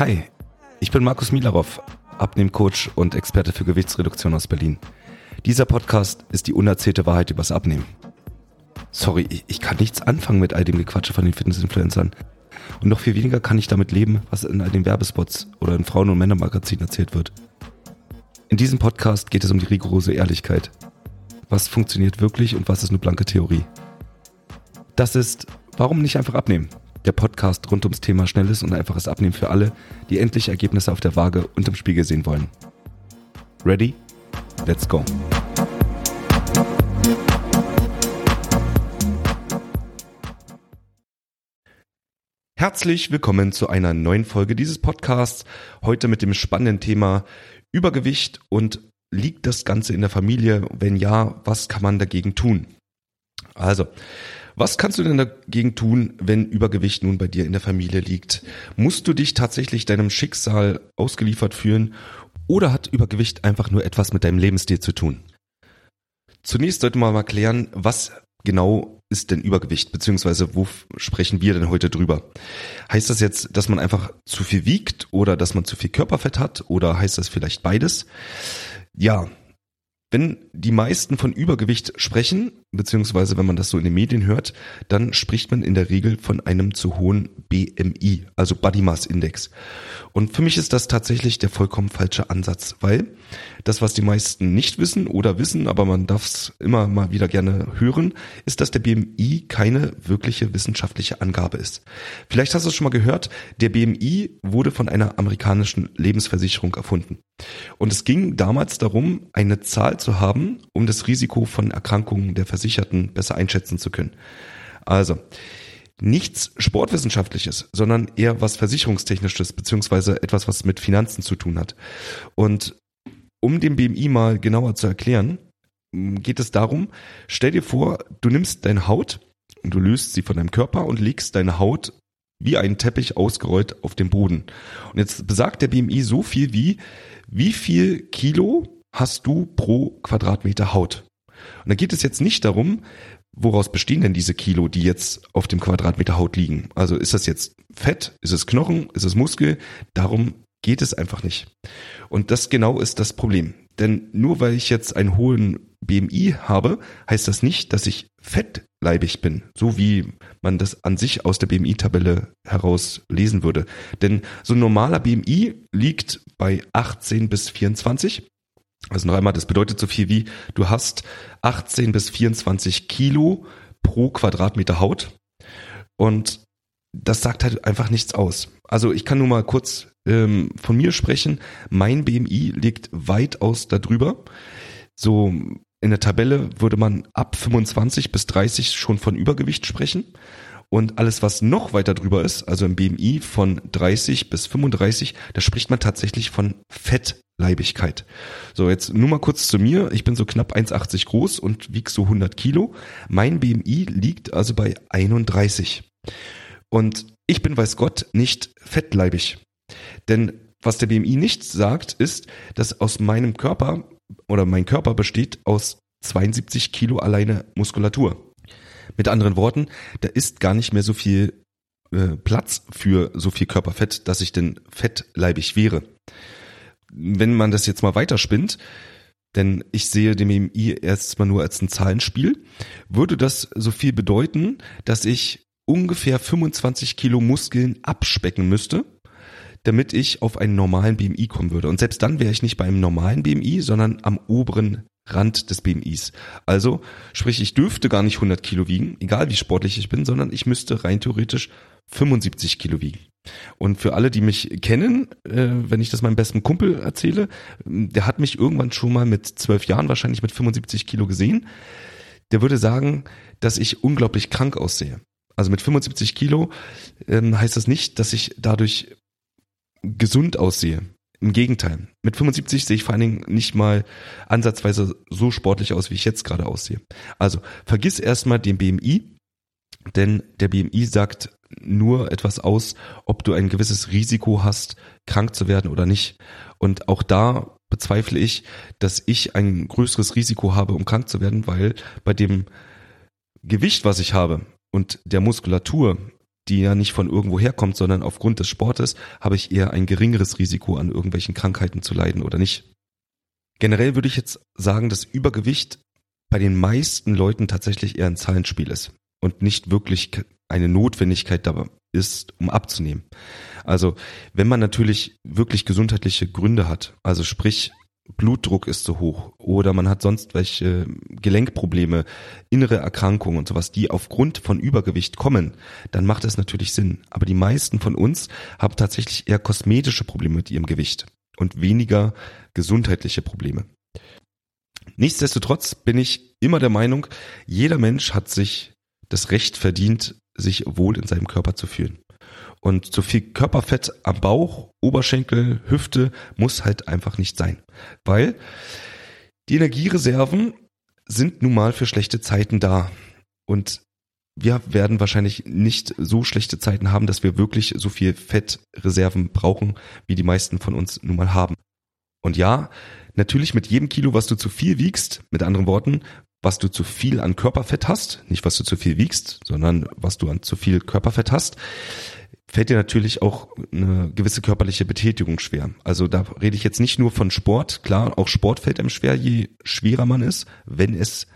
Hi, ich bin Markus Milarov, Abnehmcoach und Experte für Gewichtsreduktion aus Berlin. Dieser Podcast ist die unerzählte Wahrheit übers Abnehmen. Sorry, ich kann nichts anfangen mit all dem Gequatsche von den Fitnessinfluencern. Und noch viel weniger kann ich damit leben, was in all den Werbespots oder in Frauen- und Männermagazinen erzählt wird. In diesem Podcast geht es um die rigorose Ehrlichkeit. Was funktioniert wirklich und was ist nur blanke Theorie? Das ist Warum nicht einfach abnehmen? Der Podcast rund ums Thema schnelles und einfaches Abnehmen für alle, die endlich Ergebnisse auf der Waage und im Spiegel sehen wollen. Ready? Let's go! Herzlich willkommen zu einer neuen Folge dieses Podcasts. Heute mit dem spannenden Thema Übergewicht und liegt das Ganze in der Familie? Wenn ja, was kann man dagegen tun? Also, was kannst du denn dagegen tun, wenn Übergewicht nun bei dir in der Familie liegt? Musst du dich tatsächlich deinem Schicksal ausgeliefert fühlen oder hat Übergewicht einfach nur etwas mit deinem Lebensstil zu tun? Zunächst sollte man mal klären, was genau ist denn Übergewicht, beziehungsweise wo sprechen wir denn heute drüber? Heißt das jetzt, dass man einfach zu viel wiegt oder dass man zu viel Körperfett hat oder heißt das vielleicht beides? Ja, wenn die meisten von Übergewicht sprechen, beziehungsweise wenn man das so in den Medien hört, dann spricht man in der Regel von einem zu hohen BMI, also Body Mass Index. Und für mich ist das tatsächlich der vollkommen falsche Ansatz, weil das, was die meisten nicht wissen oder wissen, aber man darf es immer mal wieder gerne hören, ist, dass der BMI keine wirkliche wissenschaftliche Angabe ist. Vielleicht hast du es schon mal gehört, der BMI wurde von einer amerikanischen Lebensversicherung erfunden. Und es ging damals darum, eine Zahl zu haben, um das Risiko von Erkrankungen der Versicherten besser einschätzen zu können. Also, nichts Sportwissenschaftliches, sondern eher was Versicherungstechnisches, beziehungsweise etwas, was mit Finanzen zu tun hat. Und um den BMI mal genauer zu erklären, geht es darum, stell dir vor, du nimmst deine Haut und du löst sie von deinem Körper und legst deine Haut wie einen Teppich ausgerollt auf den Boden. Und jetzt besagt der BMI so viel wie viel Kilo hast du pro Quadratmeter Haut? Und da geht es jetzt nicht darum, woraus bestehen denn diese Kilo, die jetzt auf dem Quadratmeter Haut liegen? Also ist das jetzt Fett, ist es Knochen, ist es Muskel? Darum geht es einfach nicht. Und das genau ist das Problem. Denn nur weil ich jetzt einen hohen BMI habe, heißt das nicht, dass ich fettleibig bin, so wie man das an sich aus der BMI-Tabelle heraus lesen würde. Denn so ein normaler BMI liegt bei 18 bis 24. Also noch einmal, das bedeutet so viel wie, du hast 18 bis 24 Kilo pro Quadratmeter Haut und das sagt halt einfach nichts aus. Also ich kann nur mal kurz von mir sprechen, mein BMI liegt weitaus darüber. So in der Tabelle würde man ab 25 bis 30 schon von Übergewicht sprechen. Und alles, was noch weiter drüber ist, also im BMI von 30 bis 35, da spricht man tatsächlich von Fettleibigkeit. So, jetzt nur mal kurz zu mir. Ich bin so knapp 1,80 groß und wiege so 100 Kilo. Mein BMI liegt also bei 31. Und ich bin, weiß Gott, nicht fettleibig. Denn was der BMI nicht sagt, ist, dass aus meinem Körper oder mein Körper besteht aus 72 Kilo alleine Muskulatur. Mit anderen Worten, da ist gar nicht mehr so viel Platz für so viel Körperfett, dass ich denn fettleibig wäre. Wenn man das jetzt mal weiterspinnt, denn ich sehe den BMI erstmal nur als ein Zahlenspiel, würde das so viel bedeuten, dass ich ungefähr 25 Kilo Muskeln abspecken müsste, damit ich auf einen normalen BMI kommen würde. Und selbst dann wäre ich nicht bei einem normalen BMI, sondern am oberen Rand des BMIs. Also, sprich, ich dürfte gar nicht 100 Kilo wiegen, egal wie sportlich ich bin, sondern ich müsste rein theoretisch 75 Kilo wiegen. Und für alle, die mich kennen, wenn ich das meinem besten Kumpel erzähle, der hat mich irgendwann schon mal mit 12 Jahren wahrscheinlich mit 75 Kilo gesehen, der würde sagen, dass ich unglaublich krank aussehe. Also mit 75 Kilo heißt das nicht, dass ich dadurch gesund aussehe. Im Gegenteil. Mit 75 sehe ich vor allen Dingen nicht mal ansatzweise so sportlich aus, wie ich jetzt gerade aussehe. Also vergiss erstmal den BMI, denn der BMI sagt nur etwas aus, ob du ein gewisses Risiko hast, krank zu werden oder nicht. Und auch da bezweifle ich, dass ich ein größeres Risiko habe, um krank zu werden, weil bei dem Gewicht, was ich habe und der Muskulatur die ja nicht von irgendwo herkommt, sondern aufgrund des Sportes, habe ich eher ein geringeres Risiko, an irgendwelchen Krankheiten zu leiden oder nicht. Generell würde ich jetzt sagen, dass Übergewicht bei den meisten Leuten tatsächlich eher ein Zahlenspiel ist und nicht wirklich eine Notwendigkeit dabei ist, um abzunehmen. Also wenn man natürlich wirklich gesundheitliche Gründe hat, also sprich Blutdruck ist zu hoch oder man hat sonst welche Gelenkprobleme, innere Erkrankungen und sowas, die aufgrund von Übergewicht kommen, dann macht das natürlich Sinn. Aber die meisten von uns haben tatsächlich eher kosmetische Probleme mit ihrem Gewicht und weniger gesundheitliche Probleme. Nichtsdestotrotz bin ich immer der Meinung, jeder Mensch hat sich das Recht verdient, sich wohl in seinem Körper zu fühlen. Und zu viel Körperfett am Bauch, Oberschenkel, Hüfte muss halt einfach nicht sein. Weil die Energiereserven sind nun mal für schlechte Zeiten da. Und wir werden wahrscheinlich nicht so schlechte Zeiten haben, dass wir wirklich so viel Fettreserven brauchen, wie die meisten von uns nun mal haben. Und ja, natürlich mit jedem Kilo, was du zu viel wiegst, mit anderen Worten, was du zu viel an Körperfett hast, nicht was du zu viel wiegst, sondern was du an zu viel Körperfett hast, fällt dir natürlich auch eine gewisse körperliche Betätigung schwer. Also da rede ich jetzt nicht nur von Sport, klar, auch Sport fällt einem schwer, je schwerer man ist, wenn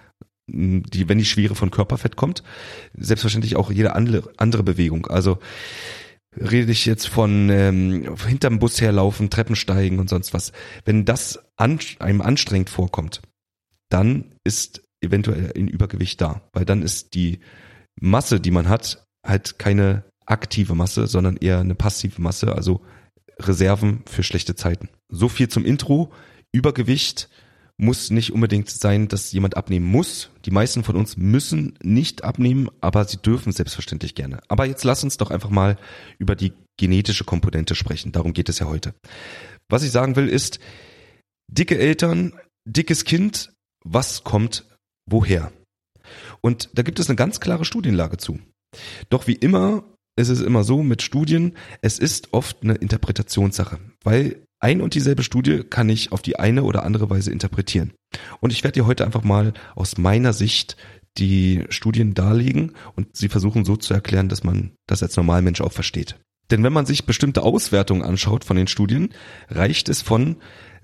die Schwere von Körperfett kommt. Selbstverständlich auch jede andere Bewegung. Also rede ich jetzt von hinterm Bus herlaufen, Treppen steigen und sonst was. Wenn das einem anstrengend vorkommt, dann ist eventuell ein Übergewicht da, weil dann ist die Masse, die man hat, halt keine aktive Masse, sondern eher eine passive Masse, also Reserven für schlechte Zeiten. So viel zum Intro. Übergewicht muss nicht unbedingt sein, dass jemand abnehmen muss. Die meisten von uns müssen nicht abnehmen, aber sie dürfen selbstverständlich gerne. Aber jetzt lass uns doch einfach mal über die genetische Komponente sprechen. Darum geht es ja heute. Was ich sagen will ist, dicke Eltern, dickes Kind, was kommt woher? Und da gibt es eine ganz klare Studienlage zu. Doch wie immer ist es immer so mit Studien, es ist oft eine Interpretationssache, weil ein und dieselbe Studie kann ich auf die eine oder andere Weise interpretieren. Und ich werde dir heute einfach mal aus meiner Sicht die Studien darlegen und sie versuchen so zu erklären, dass man das als Normalmensch auch versteht. Denn wenn man sich bestimmte Auswertungen anschaut von den Studien, reicht es von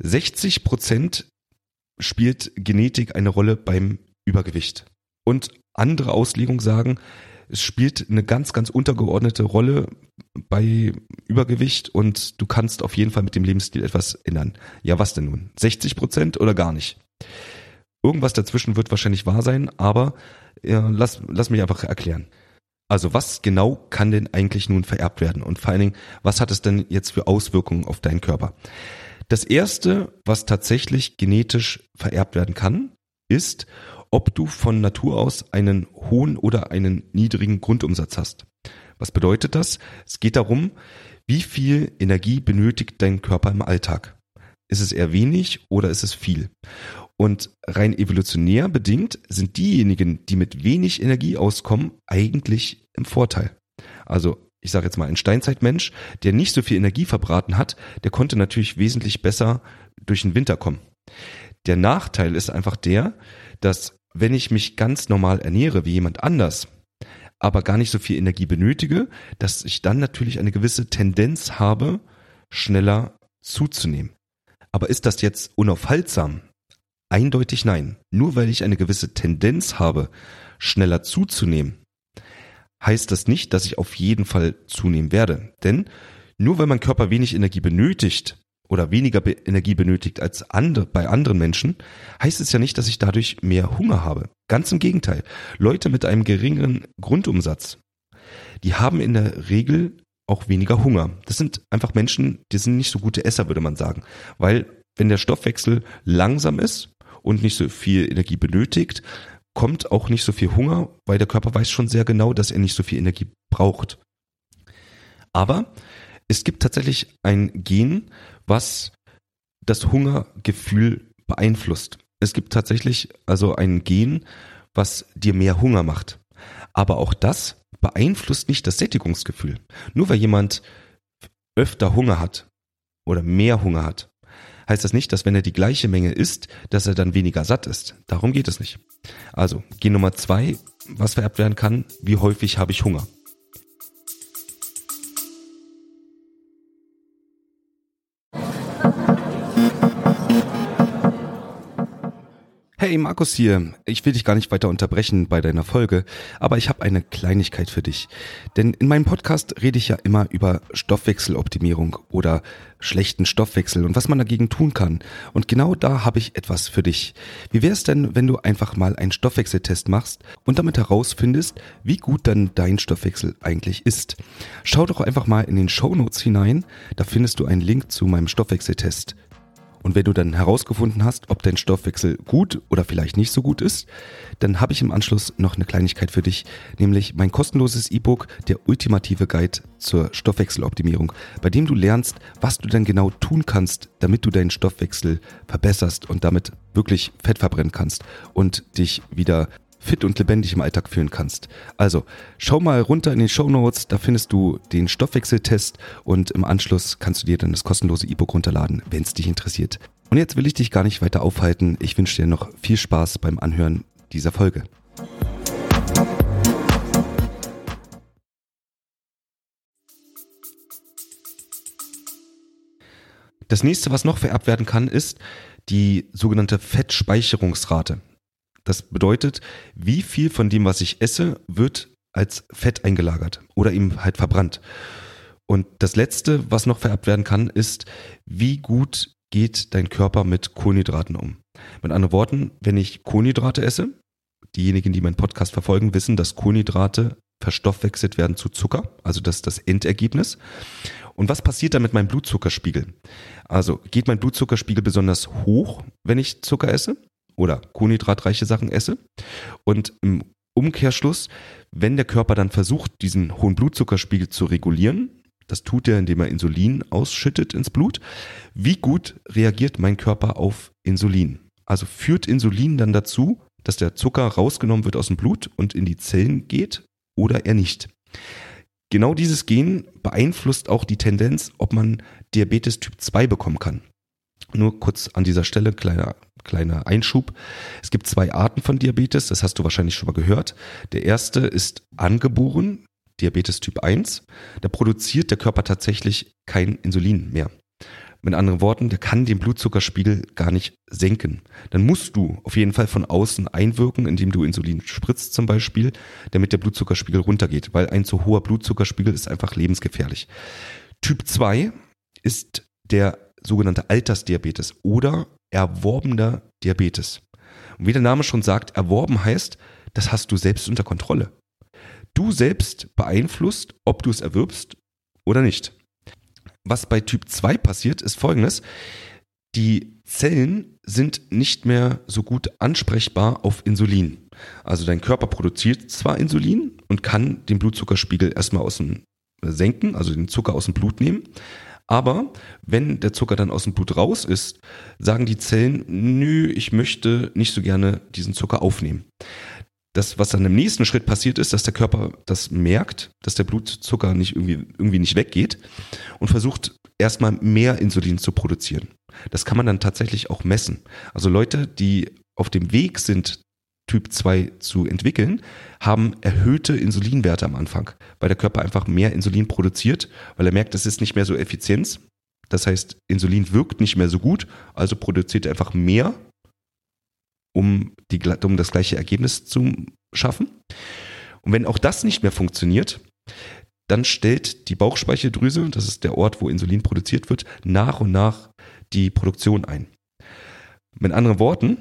60% spielt Genetik eine Rolle beim Übergewicht. Und andere Auslegungen sagen, es spielt eine ganz, ganz untergeordnete Rolle bei Übergewicht und du kannst auf jeden Fall mit dem Lebensstil etwas ändern. Ja, was denn nun? 60% oder gar nicht? Irgendwas dazwischen wird wahrscheinlich wahr sein, aber lass mich einfach erklären. Also was genau kann denn eigentlich nun vererbt werden? Und vor allen Dingen, was hat es denn jetzt für Auswirkungen auf deinen Körper? Das erste, was tatsächlich genetisch vererbt werden kann, ist, ob du von Natur aus einen hohen oder einen niedrigen Grundumsatz hast. Was bedeutet das? Es geht darum, wie viel Energie benötigt dein Körper im Alltag? Ist es eher wenig oder ist es viel? Und rein evolutionär bedingt sind diejenigen, die mit wenig Energie auskommen, eigentlich im Vorteil. Also ich sage jetzt mal, ein Steinzeitmensch, der nicht so viel Energie verbraten hat, der konnte natürlich wesentlich besser durch den Winter kommen. Der Nachteil ist einfach der, dass wenn ich mich ganz normal ernähre wie jemand anders, aber gar nicht so viel Energie benötige, dass ich dann natürlich eine gewisse Tendenz habe, schneller zuzunehmen. Aber ist das jetzt unaufhaltsam? Eindeutig nein. Nur weil ich eine gewisse Tendenz habe, schneller zuzunehmen, heißt das nicht, dass ich auf jeden Fall zunehmen werde. Denn nur weil mein Körper wenig Energie benötigt oder weniger Energie benötigt als bei anderen Menschen, heißt es ja nicht, dass ich dadurch mehr Hunger habe. Ganz im Gegenteil. Leute mit einem geringeren Grundumsatz, die haben in der Regel auch weniger Hunger. Das sind einfach Menschen, die sind nicht so gute Esser, würde man sagen. Weil wenn der Stoffwechsel langsam ist und nicht so viel Energie benötigt, kommt auch nicht so viel Hunger, weil der Körper weiß schon sehr genau, dass er nicht so viel Energie braucht. Aber es gibt tatsächlich ein Gen, was das Hungergefühl beeinflusst. Es gibt tatsächlich also ein Gen, was dir mehr Hunger macht. Aber auch das beeinflusst nicht das Sättigungsgefühl. Nur weil jemand öfter Hunger hat oder mehr Hunger hat, heißt das nicht, dass wenn er die gleiche Menge isst, dass er dann weniger satt ist. Darum geht es nicht. Also, Gen Nummer 2, was vererbt werden kann, wie häufig habe ich Hunger? Hey, Markus hier. Ich will dich gar nicht weiter unterbrechen bei deiner Folge, aber ich habe eine Kleinigkeit für dich. Denn in meinem Podcast rede ich ja immer über Stoffwechseloptimierung oder schlechten Stoffwechsel und was man dagegen tun kann. Und genau da habe ich etwas für dich. Wie wäre es denn, wenn du einfach mal einen Stoffwechseltest machst und damit herausfindest, wie gut dann dein Stoffwechsel eigentlich ist? Schau doch einfach mal in den Shownotes hinein, da findest du einen Link zu meinem Stoffwechseltest. Und wenn du dann herausgefunden hast, ob dein Stoffwechsel gut oder vielleicht nicht so gut ist, dann habe ich im Anschluss noch eine Kleinigkeit für dich, nämlich mein kostenloses E-Book, der ultimative Guide zur Stoffwechseloptimierung, bei dem du lernst, was du denn genau tun kannst, damit du deinen Stoffwechsel verbesserst und damit wirklich Fett verbrennen kannst und dich wieder fit und lebendig im Alltag fühlen kannst. Also, schau mal runter in den Shownotes, da findest du den Stoffwechseltest und im Anschluss kannst du dir dann das kostenlose E-Book runterladen, wenn es dich interessiert. Und jetzt will ich dich gar nicht weiter aufhalten. Ich wünsche dir noch viel Spaß beim Anhören dieser Folge. Das nächste, was noch vererbt werden kann, ist die sogenannte Fettspeicherungsrate. Das bedeutet, wie viel von dem, was ich esse, wird als Fett eingelagert oder eben halt verbrannt. Und das Letzte, was noch vererbt werden kann, ist, wie gut geht dein Körper mit Kohlenhydraten um. Mit anderen Worten, wenn ich Kohlenhydrate esse, diejenigen, die meinen Podcast verfolgen, wissen, dass Kohlenhydrate verstoffwechselt werden zu Zucker, also das ist das Endergebnis. Und was passiert dann mit meinem Blutzuckerspiegel? Also geht mein Blutzuckerspiegel besonders hoch, wenn ich Zucker esse? Oder kohlenhydratreiche Sachen esse. Und im Umkehrschluss, wenn der Körper dann versucht, diesen hohen Blutzuckerspiegel zu regulieren, das tut er, indem er Insulin ausschüttet ins Blut, wie gut reagiert mein Körper auf Insulin? Also führt Insulin dann dazu, dass der Zucker rausgenommen wird aus dem Blut und in die Zellen geht oder er nicht? Genau dieses Gen beeinflusst auch die Tendenz, ob man Diabetes Typ 2 bekommen kann. Nur kurz an dieser Stelle, kleiner Einschub. Es gibt 2 Arten von Diabetes, das hast du wahrscheinlich schon mal gehört. Der erste ist angeboren, Diabetes Typ 1. Da produziert der Körper tatsächlich kein Insulin mehr. Mit anderen Worten, der kann den Blutzuckerspiegel gar nicht senken. Dann musst du auf jeden Fall von außen einwirken, indem du Insulin spritzt zum Beispiel, damit der Blutzuckerspiegel runtergeht, weil ein zu hoher Blutzuckerspiegel ist einfach lebensgefährlich. Typ 2 ist der sogenannte Altersdiabetes oder erworbener Diabetes. Und wie der Name schon sagt, erworben heißt, das hast du selbst unter Kontrolle. Du selbst beeinflusst, ob du es erwirbst oder nicht. Was bei Typ 2 passiert, ist Folgendes. Die Zellen sind nicht mehr so gut ansprechbar auf Insulin. Also dein Körper produziert zwar Insulin und kann den Blutzuckerspiegel erstmal senken, also den Zucker aus dem Blut nehmen. Aber wenn der Zucker dann aus dem Blut raus ist, sagen die Zellen, nö, ich möchte nicht so gerne diesen Zucker aufnehmen. Das, was dann im nächsten Schritt passiert ist, dass der Körper das merkt, dass der Blutzucker nicht irgendwie nicht weggeht und versucht erstmal mehr Insulin zu produzieren. Das kann man dann tatsächlich auch messen. Also Leute, die auf dem Weg sind, Typ 2 zu entwickeln, haben erhöhte Insulinwerte am Anfang, weil der Körper einfach mehr Insulin produziert, weil er merkt, es ist nicht mehr so effizient. Das heißt, Insulin wirkt nicht mehr so gut, also produziert er einfach mehr, um das gleiche Ergebnis zu schaffen. Und wenn auch das nicht mehr funktioniert, dann stellt die Bauchspeicheldrüse, das ist der Ort, wo Insulin produziert wird, nach und nach die Produktion ein. Mit anderen Worten,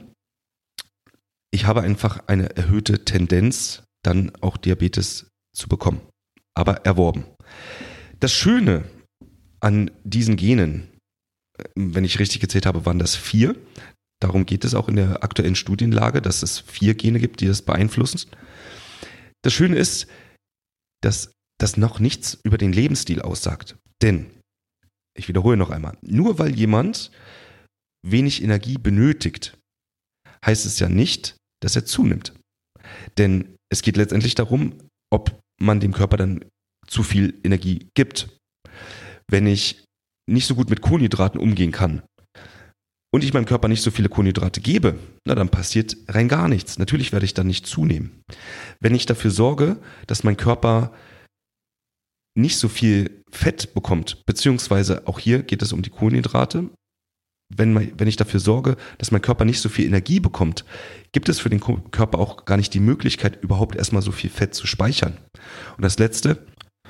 ich habe einfach eine erhöhte Tendenz, dann auch Diabetes zu bekommen, aber erworben. Das Schöne an diesen Genen, wenn ich richtig gezählt habe, waren das 4. Darum geht es auch in der aktuellen Studienlage, dass es 4 Gene gibt, die das beeinflussen. Das Schöne ist, dass das noch nichts über den Lebensstil aussagt. Denn, ich wiederhole noch einmal, nur weil jemand wenig Energie benötigt, heißt es ja nicht, dass er zunimmt. Denn es geht letztendlich darum, ob man dem Körper dann zu viel Energie gibt. Wenn ich nicht so gut mit Kohlenhydraten umgehen kann und ich meinem Körper nicht so viele Kohlenhydrate gebe, na dann passiert rein gar nichts. Natürlich werde ich dann nicht zunehmen. Wenn ich dafür sorge, dass mein Körper nicht so viel Fett bekommt, beziehungsweise auch hier geht es um die Kohlenhydrate, wenn ich dafür sorge, dass mein Körper nicht so viel Energie bekommt, gibt es für den Körper auch gar nicht die Möglichkeit, überhaupt erstmal so viel Fett zu speichern. Und das Letzte,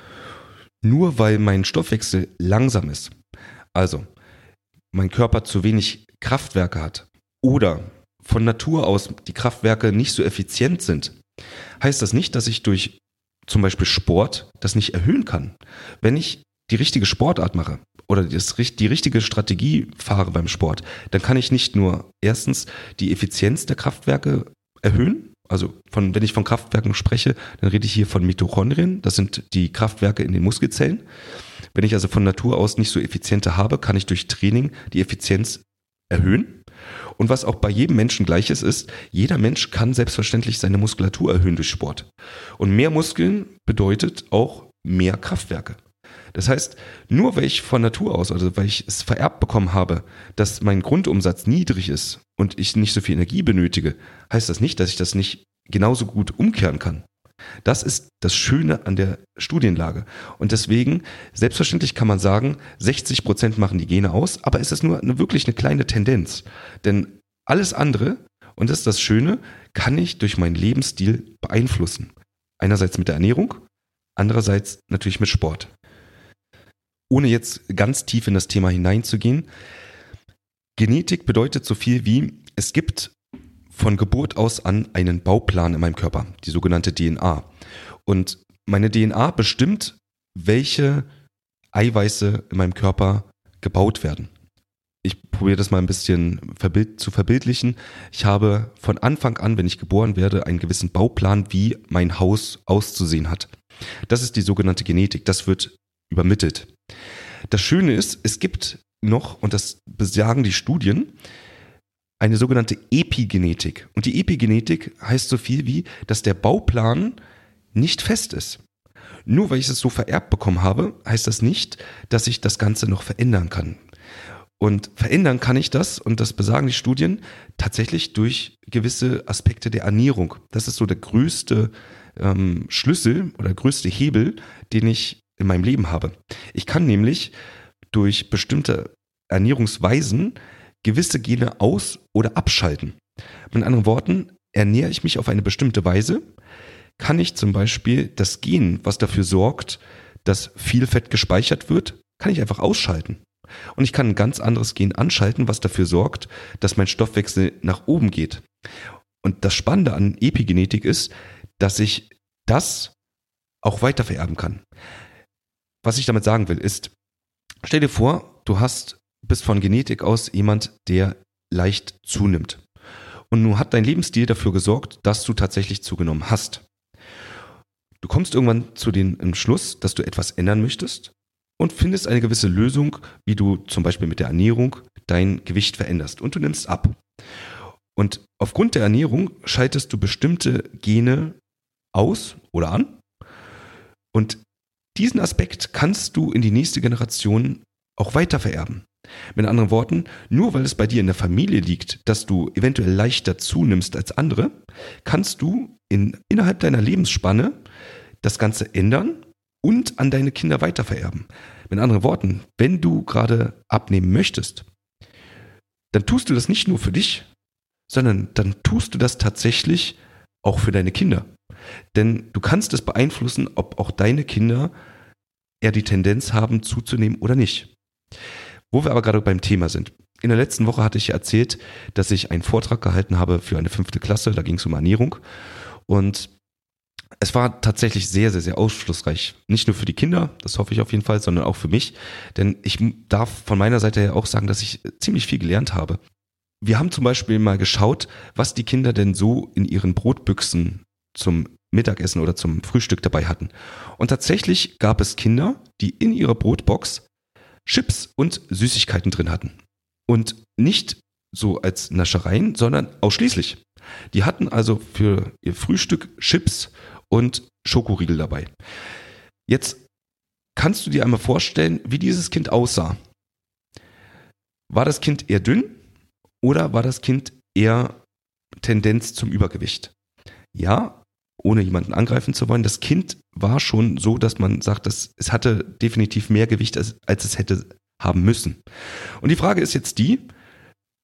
nur weil mein Stoffwechsel langsam ist, also mein Körper zu wenig Kraftwerke hat oder von Natur aus die Kraftwerke nicht so effizient sind, heißt das nicht, dass ich durch zum Beispiel Sport das nicht erhöhen kann. Wenn ich die richtige Sportart mache oder die richtige Strategie fahre beim Sport, dann kann ich nicht nur erstens die Effizienz der Kraftwerke erhöhen. Also wenn ich von Kraftwerken spreche, dann rede ich hier von Mitochondrien. Das sind die Kraftwerke in den Muskelzellen. Wenn ich also von Natur aus nicht so effiziente habe, kann ich durch Training die Effizienz erhöhen. Und was auch bei jedem Menschen gleich ist, jeder Mensch kann selbstverständlich seine Muskulatur erhöhen durch Sport. Und mehr Muskeln bedeutet auch mehr Kraftwerke. Das heißt, nur weil ich von Natur aus, also weil ich es vererbt bekommen habe, dass mein Grundumsatz niedrig ist und ich nicht so viel Energie benötige, heißt das nicht, dass ich das nicht genauso gut umkehren kann. Das ist das Schöne an der Studienlage. Und deswegen, selbstverständlich kann man sagen, 60% machen die Gene aus, aber es ist nur wirklich eine kleine Tendenz. Denn alles andere, und das ist das Schöne, kann ich durch meinen Lebensstil beeinflussen. Einerseits mit der Ernährung, andererseits natürlich mit Sport. Ohne jetzt ganz tief in das Thema hineinzugehen, Genetik bedeutet so viel wie, es gibt von Geburt aus an einen Bauplan in meinem Körper, die sogenannte DNA. Und meine DNA bestimmt, welche Eiweiße in meinem Körper gebaut werden. Ich probiere das mal ein bisschen zu verbildlichen. Ich habe von Anfang an, wenn ich geboren werde, einen gewissen Bauplan, wie mein Haus auszusehen hat. Das ist die sogenannte Genetik. Das wird übermittelt. Das Schöne ist, es gibt noch, und das besagen die Studien, eine sogenannte Epigenetik. Und die Epigenetik heißt so viel wie, dass der Bauplan nicht fest ist. Nur weil ich es so vererbt bekommen habe, heißt das nicht, dass ich das Ganze noch verändern kann. Und verändern kann ich das, und das besagen die Studien, tatsächlich durch gewisse Aspekte der Ernährung. Das ist so der größte Schlüssel oder größte Hebel, den ich in meinem Leben habe. Ich kann nämlich durch bestimmte Ernährungsweisen gewisse Gene aus- oder abschalten. Mit anderen Worten, ernähre ich mich auf eine bestimmte Weise, kann ich zum Beispiel das Gen, was dafür sorgt, dass viel Fett gespeichert wird, kann ich einfach ausschalten. Und ich kann ein ganz anderes Gen anschalten, was dafür sorgt, dass mein Stoffwechsel nach oben geht. Und das Spannende an Epigenetik ist, dass ich das auch weitervererben kann. Was ich damit sagen will, ist, stell dir vor, du bist von Genetik aus jemand, der leicht zunimmt. Und nun hat dein Lebensstil dafür gesorgt, dass du tatsächlich zugenommen hast. Du kommst irgendwann zu dem Entschluss, dass du etwas ändern möchtest und findest eine gewisse Lösung, wie du zum Beispiel mit der Ernährung dein Gewicht veränderst. Und du nimmst ab. Und aufgrund der Ernährung schaltest du bestimmte Gene aus oder an. Und diesen Aspekt kannst du in die nächste Generation auch weiter vererben. Mit anderen Worten, nur weil es bei dir in der Familie liegt, dass du eventuell leichter zunimmst als andere, kannst du innerhalb deiner Lebensspanne das Ganze ändern und an deine Kinder weitervererben. Mit anderen Worten, wenn du gerade abnehmen möchtest, dann tust du das nicht nur für dich, sondern dann tust du das tatsächlich auch für deine Kinder. Denn du kannst es beeinflussen, ob auch deine Kinder eher die Tendenz haben, zuzunehmen oder nicht. Wo wir aber gerade beim Thema sind. In der letzten Woche hatte ich ja erzählt, dass ich einen Vortrag gehalten habe für eine 5. Klasse. Da ging es um Ernährung. Und es war tatsächlich sehr, sehr, sehr aufschlussreich. Nicht nur für die Kinder, das hoffe ich auf jeden Fall, sondern auch für mich. Denn ich darf von meiner Seite her auch sagen, dass ich ziemlich viel gelernt habe. Wir haben zum Beispiel mal geschaut, was die Kinder denn so in ihren Brotbüchsen zum Mittagessen oder zum Frühstück dabei hatten. Und tatsächlich gab es Kinder, die in ihrer Brotbox Chips und Süßigkeiten drin hatten. Und nicht so als Naschereien, sondern ausschließlich. Die hatten also für ihr Frühstück Chips und Schokoriegel dabei. Jetzt kannst du dir einmal vorstellen, wie dieses Kind aussah. War das Kind eher dünn oder war das Kind eher Tendenz zum Übergewicht? Ja, ohne jemanden angreifen zu wollen, das Kind war schon so, dass man sagt, dass es hatte definitiv mehr Gewicht, als es hätte haben müssen. Und die Frage ist jetzt die,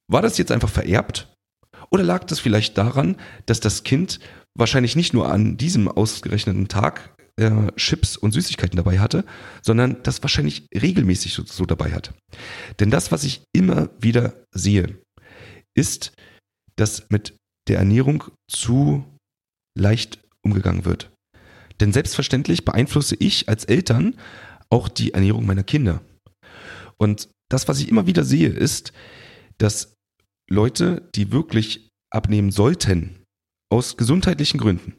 War das jetzt einfach vererbt? Oder lag das vielleicht daran, dass das Kind wahrscheinlich nicht nur an diesem ausgerechneten Tag Chips und Süßigkeiten dabei hatte, sondern das wahrscheinlich regelmäßig so dabei hat? Denn das, was ich immer wieder sehe, ist, dass mit der Ernährung zu leicht umgegangen wird. Denn selbstverständlich beeinflusse ich als Eltern auch die Ernährung meiner Kinder. Und das, was ich immer wieder sehe, ist, dass Leute, die wirklich abnehmen sollten, aus gesundheitlichen Gründen,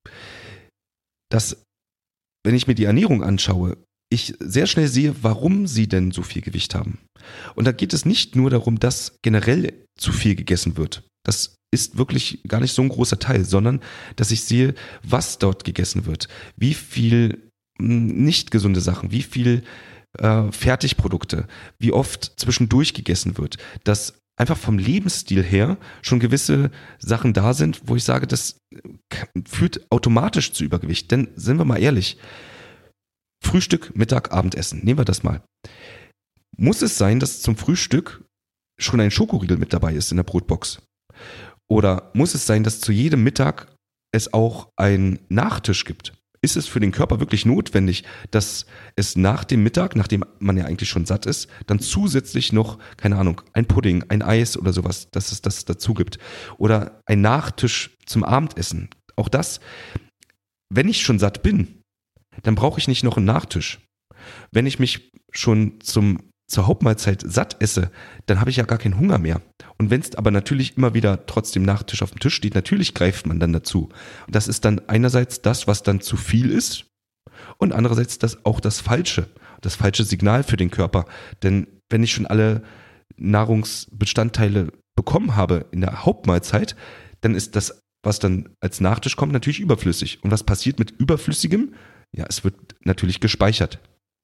dass, wenn ich mir die Ernährung anschaue, ich sehr schnell sehe, warum sie denn so viel Gewicht haben. Und da geht es nicht nur darum, dass generell zu viel gegessen wird. Das ist wirklich gar nicht so ein großer Teil, sondern dass ich sehe, was dort gegessen wird, wie viel nicht gesunde Sachen, wie viel Fertigprodukte, wie oft zwischendurch gegessen wird, dass einfach vom Lebensstil her schon gewisse Sachen da sind, wo ich sage, das führt automatisch zu Übergewicht. Denn sind wir mal ehrlich, Frühstück, Mittag, Abendessen, nehmen wir das mal. Muss es sein, dass zum Frühstück schon ein Schokoriegel mit dabei ist in der Brotbox? Oder muss es sein, dass zu jedem Mittag es auch einen Nachtisch gibt? Ist es für den Körper wirklich notwendig, dass es nach dem Mittag, nachdem man ja eigentlich schon satt ist, dann zusätzlich noch, keine Ahnung, ein Pudding, ein Eis oder sowas, dass es das dazu gibt? Oder ein Nachtisch zum Abendessen? Auch das, wenn ich schon satt bin, dann brauche ich nicht noch einen Nachtisch. Wenn ich mich schon zur Hauptmahlzeit satt esse, dann habe ich ja gar keinen Hunger mehr. Und wenn es aber natürlich immer wieder trotzdem Nachtisch auf dem Tisch steht, natürlich greift man dann dazu. Und das ist dann einerseits das, was dann zu viel ist und andererseits auch das falsche Signal für den Körper. Denn wenn ich schon alle Nahrungsbestandteile bekommen habe in der Hauptmahlzeit, dann ist das, was dann als Nachtisch kommt, natürlich überflüssig. Und was passiert mit Überflüssigem? Ja, es wird natürlich gespeichert.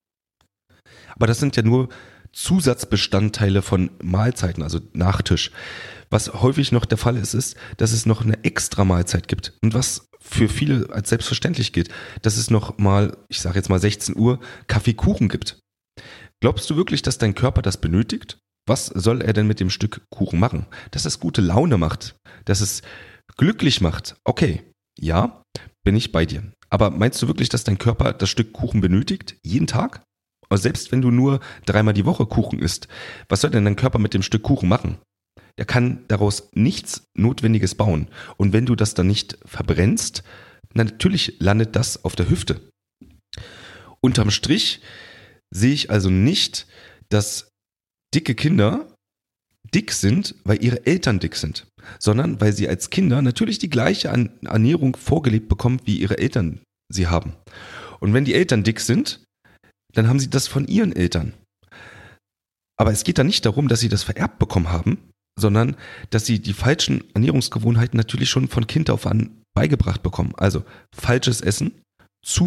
Aber das sind ja nur Zusatzbestandteile von Mahlzeiten, also Nachtisch. Was häufig noch der Fall ist, dass es noch eine extra Mahlzeit gibt. Und was für viele als selbstverständlich gilt, dass es noch mal, ich sage jetzt mal 16 Uhr, Kaffeekuchen gibt. Glaubst du wirklich, dass dein Körper das benötigt? Was soll er denn mit dem Stück Kuchen machen? Dass es gute Laune macht, dass es glücklich macht. Okay, ja, bin ich bei dir. Aber meinst du wirklich, dass dein Körper das Stück Kuchen benötigt? Jeden Tag? Also selbst wenn du nur 3-mal die Woche Kuchen isst, was soll denn dein Körper mit dem Stück Kuchen machen? Der kann daraus nichts Notwendiges bauen. Und wenn du das dann nicht verbrennst, dann natürlich landet das auf der Hüfte. Unterm Strich sehe ich also nicht, dass dicke Kinder dick sind, weil ihre Eltern dick sind, sondern weil sie als Kinder natürlich die gleiche Ernährung vorgelebt bekommen, wie ihre Eltern sie haben. Und wenn die Eltern dick sind, dann haben sie das von ihren Eltern. Aber es geht da nicht darum, dass sie das vererbt bekommen haben, sondern dass sie die falschen Ernährungsgewohnheiten natürlich schon von Kind auf an beigebracht bekommen. Also falsches Essen, zu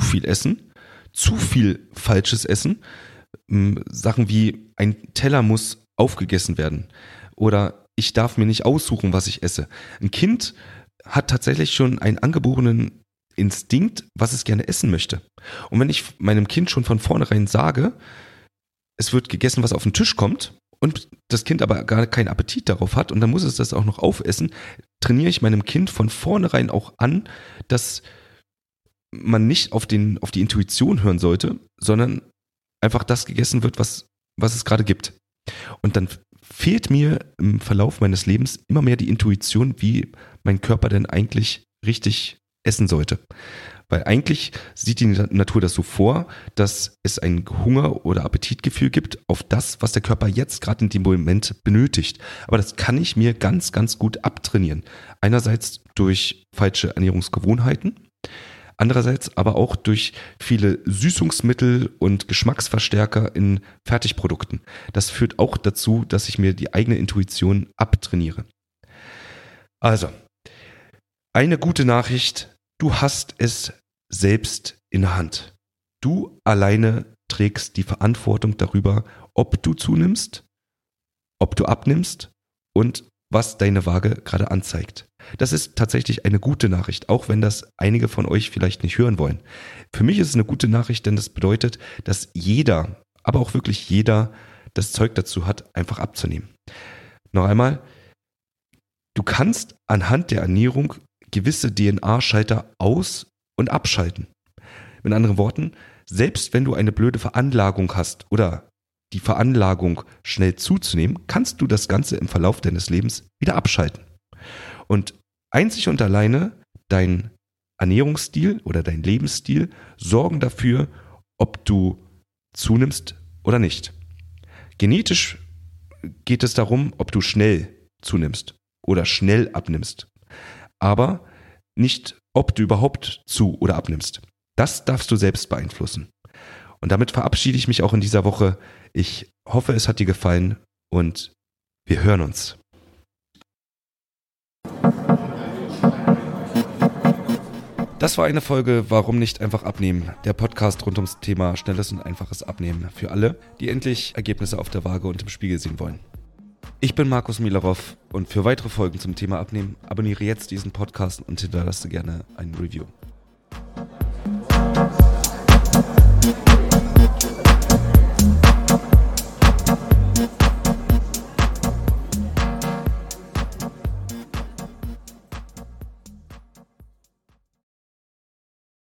viel falsches Essen, Sachen wie ein Teller muss aufgegessen werden oder ich darf mir nicht aussuchen, was ich esse. Ein Kind hat tatsächlich schon einen angeborenen Instinkt, was es gerne essen möchte. Und wenn ich meinem Kind schon von vornherein sage, es wird gegessen, was auf den Tisch kommt und das Kind aber gar keinen Appetit darauf hat und dann muss es das auch noch aufessen, trainiere ich meinem Kind von vornherein auch an, dass man nicht auf die Intuition hören sollte, sondern einfach das gegessen wird, was es gerade gibt. Und dann fehlt mir im Verlauf meines Lebens immer mehr die Intuition, wie mein Körper denn eigentlich richtig essen sollte. Weil eigentlich sieht die Natur das so vor, dass es ein Hunger- oder Appetitgefühl gibt auf das, was der Körper jetzt gerade in dem Moment benötigt. Aber das kann ich mir ganz, ganz gut abtrainieren. Einerseits durch falsche Ernährungsgewohnheiten, andererseits aber auch durch viele Süßungsmittel und Geschmacksverstärker in Fertigprodukten. Das führt auch dazu, dass ich mir die eigene Intuition abtrainiere. Also, eine gute Nachricht: Du hast es selbst in der Hand. Du alleine trägst die Verantwortung darüber, ob du zunimmst, ob du abnimmst und was deine Waage gerade anzeigt. Das ist tatsächlich eine gute Nachricht, auch wenn das einige von euch vielleicht nicht hören wollen. Für mich ist es eine gute Nachricht, denn das bedeutet, dass jeder, aber auch wirklich jeder, das Zeug dazu hat, einfach abzunehmen. Noch einmal, du kannst anhand der Ernährung gewisse DNA-Schalter aus- und abschalten. Mit anderen Worten, selbst wenn du eine blöde Veranlagung hast oder die Veranlagung schnell zuzunehmen, kannst du das Ganze im Verlauf deines Lebens wieder abschalten. Und einzig und alleine dein Ernährungsstil oder dein Lebensstil sorgen dafür, ob du zunimmst oder nicht. Genetisch geht es darum, ob du schnell zunimmst oder schnell abnimmst. Aber nicht, ob du überhaupt zu- oder abnimmst. Das darfst du selbst beeinflussen. Und damit verabschiede ich mich auch in dieser Woche. Ich hoffe, es hat dir gefallen und wir hören uns. Das war eine Folge Warum nicht einfach abnehmen? Der Podcast rund ums Thema schnelles und einfaches Abnehmen für alle, die endlich Ergebnisse auf der Waage und im Spiegel sehen wollen. Ich bin Markus Milarov und für weitere Folgen zum Thema Abnehmen abonniere jetzt diesen Podcast und hinterlasse gerne ein Review.